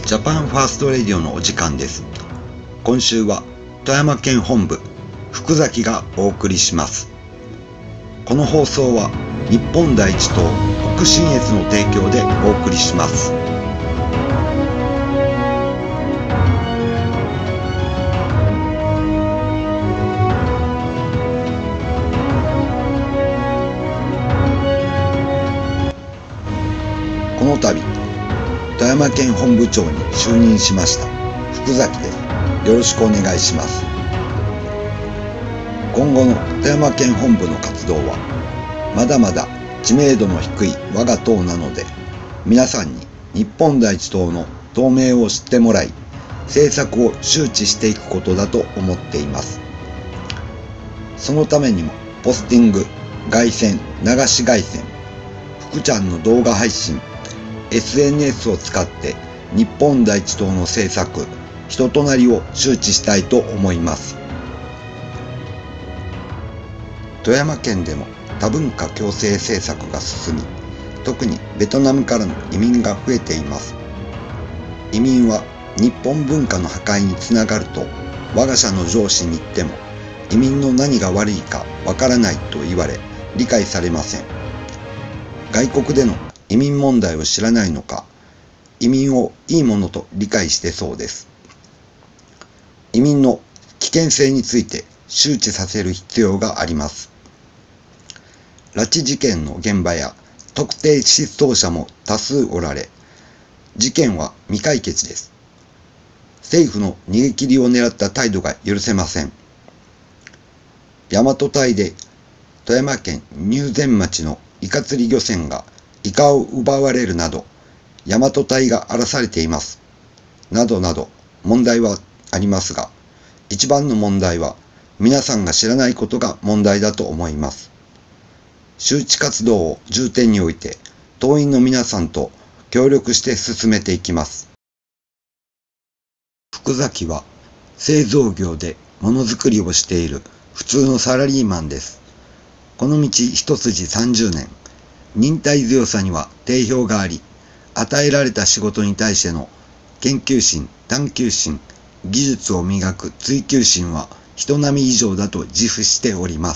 ジャパンファーストレディオのお時間です。今週は富山県本部福崎がお送りします。この放送は日本第一党北信越の提供でお送りします。この度富山県本部長に就任しました福崎です。よろしくお願いします。今後の富山県本部の活動はまだまだ知名度の低い我が党なので、皆さんに日本第一党の党名を知ってもらい、政策を周知していくことだと思っています。そのためにもポスティング、凱旋、流し凱旋、福ちゃんの動画配信、SNS を使って日本第一党の政策、人となりを周知したいと思います。富山県でも多文化共生政策が進み、特にベトナムからの移民が増えています。移民は日本文化の破壊につながると我が社の上司に言っても、移民の何が悪いかわからないと言われ理解されません。外国での移民問題を知らないのか、移民をいいものと理解してそうです。移民の危険性について周知させる必要があります。拉致事件の現場や特定失踪者も多数おられ、事件は未解決です。政府の逃げ切りを狙った態度が許せません。大和堆で富山県入善町のイカ釣り漁船がイカを奪われるなど、大和堆が荒らされています。などなど問題はありますが、一番の問題は皆さんが知らないことが問題だと思います。周知活動を重点に置いて、党員の皆さんと協力して進めていきます。福崎は製造業でものづくりをしている普通のサラリーマンです。この道一筋30年、忍耐強さには定評があり、与えられた仕事に対しての研究心、探求心、技術を磨く追求心は人並み以上だと自負しております。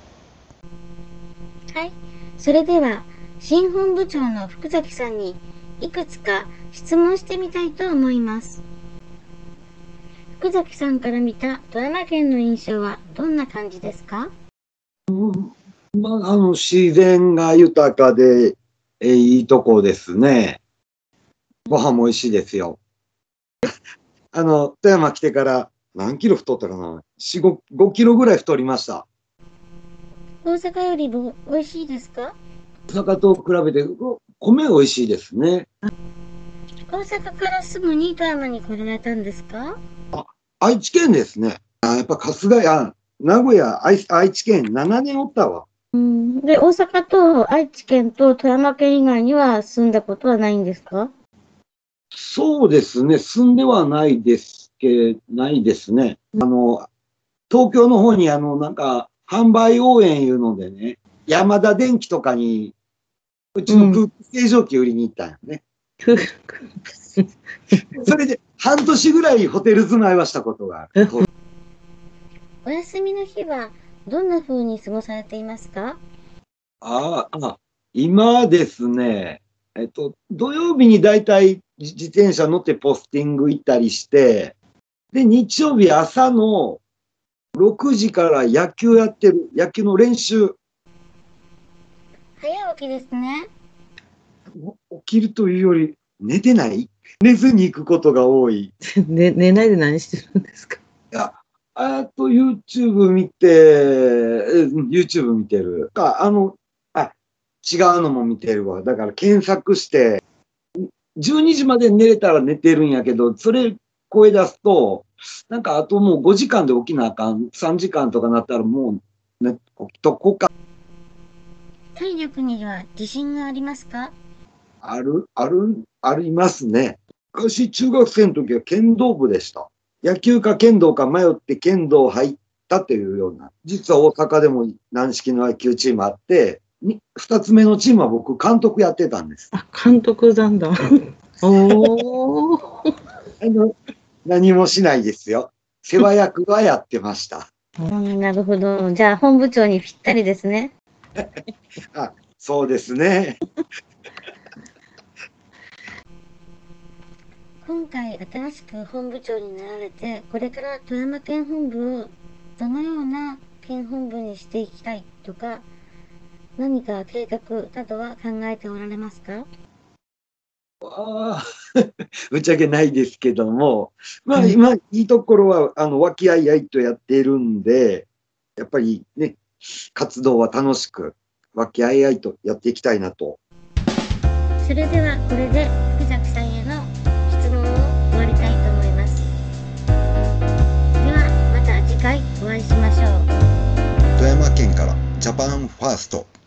はい、それでは新本部長の福崎さんにいくつか質問してみたいと思います。福崎さんから見た富山県の印象はどんな感じですか？ 自然が豊かで、いいとこですね。ご飯も美味しいですよ。富山来てから何キロ太ったかな？5キロぐらい太りました。 大阪よりも美味しいですか？ 大阪と比べて米美味しいですね。 大阪からすぐに富山に来られたんですか？ 愛知県ですね。やっぱ春日や名古屋、愛知県7年おったわ。 で、大阪と愛知県と富山県以外には住んだことはないんですか？ そうですね。住んではないですね。東京の方になんか販売応援いうのでね、ヤマダ電機とかにうちの空気清浄機売りに行ったんよね。それで半年ぐらいホテル住まいはしたことがある。 お休みの日はどんな風に過ごされていますか？ 今ですね、土曜日にだいたい自転車乗ってポスティング行ったりして、で、日曜日朝の6時から野球やってる、野球の練習。 早起きですね。 起きるというより、寝てない？寝ずに行くことが多い。 寝ないで何してるんですか？ いや、YouTube 見て、YouTube 見てる。違うのも見てるわ。だから検索して、12時まで寝れたら寝てるんやけど、それ声出すと、なんかあともう5時間で起きなあかん。3時間とかなったらもう、ね、起きとこうか。 体力には自信がありますか？ ありますね。昔中学生の時は剣道部でした。野球か剣道か迷って剣道入ったっていうような。実は大阪でも軟式の野球チームあって、2つ目のチームは僕監督やってたんです。 監督なんだ。 おー。 何もしないですよ。世話役はやってました。 なるほど。じゃあ、本部長にぴったりですね。 あ、そうですね。 今回新しく本部長になられて、これから富山県本部をどのような県本部にしていきたいとか、何か計画などは考えておられますか？ ああ、ぶっちゃけないですけども、まあ今、いいところは、和気あいあいとやっているんで、やっぱりね、活動は楽しく、和気あいあいとやっていきたいなと。 それではこれで福崎さんへの質問を終わりたいと思います。ではまた次回お会いしましょう。 富山県からジャパンファースト。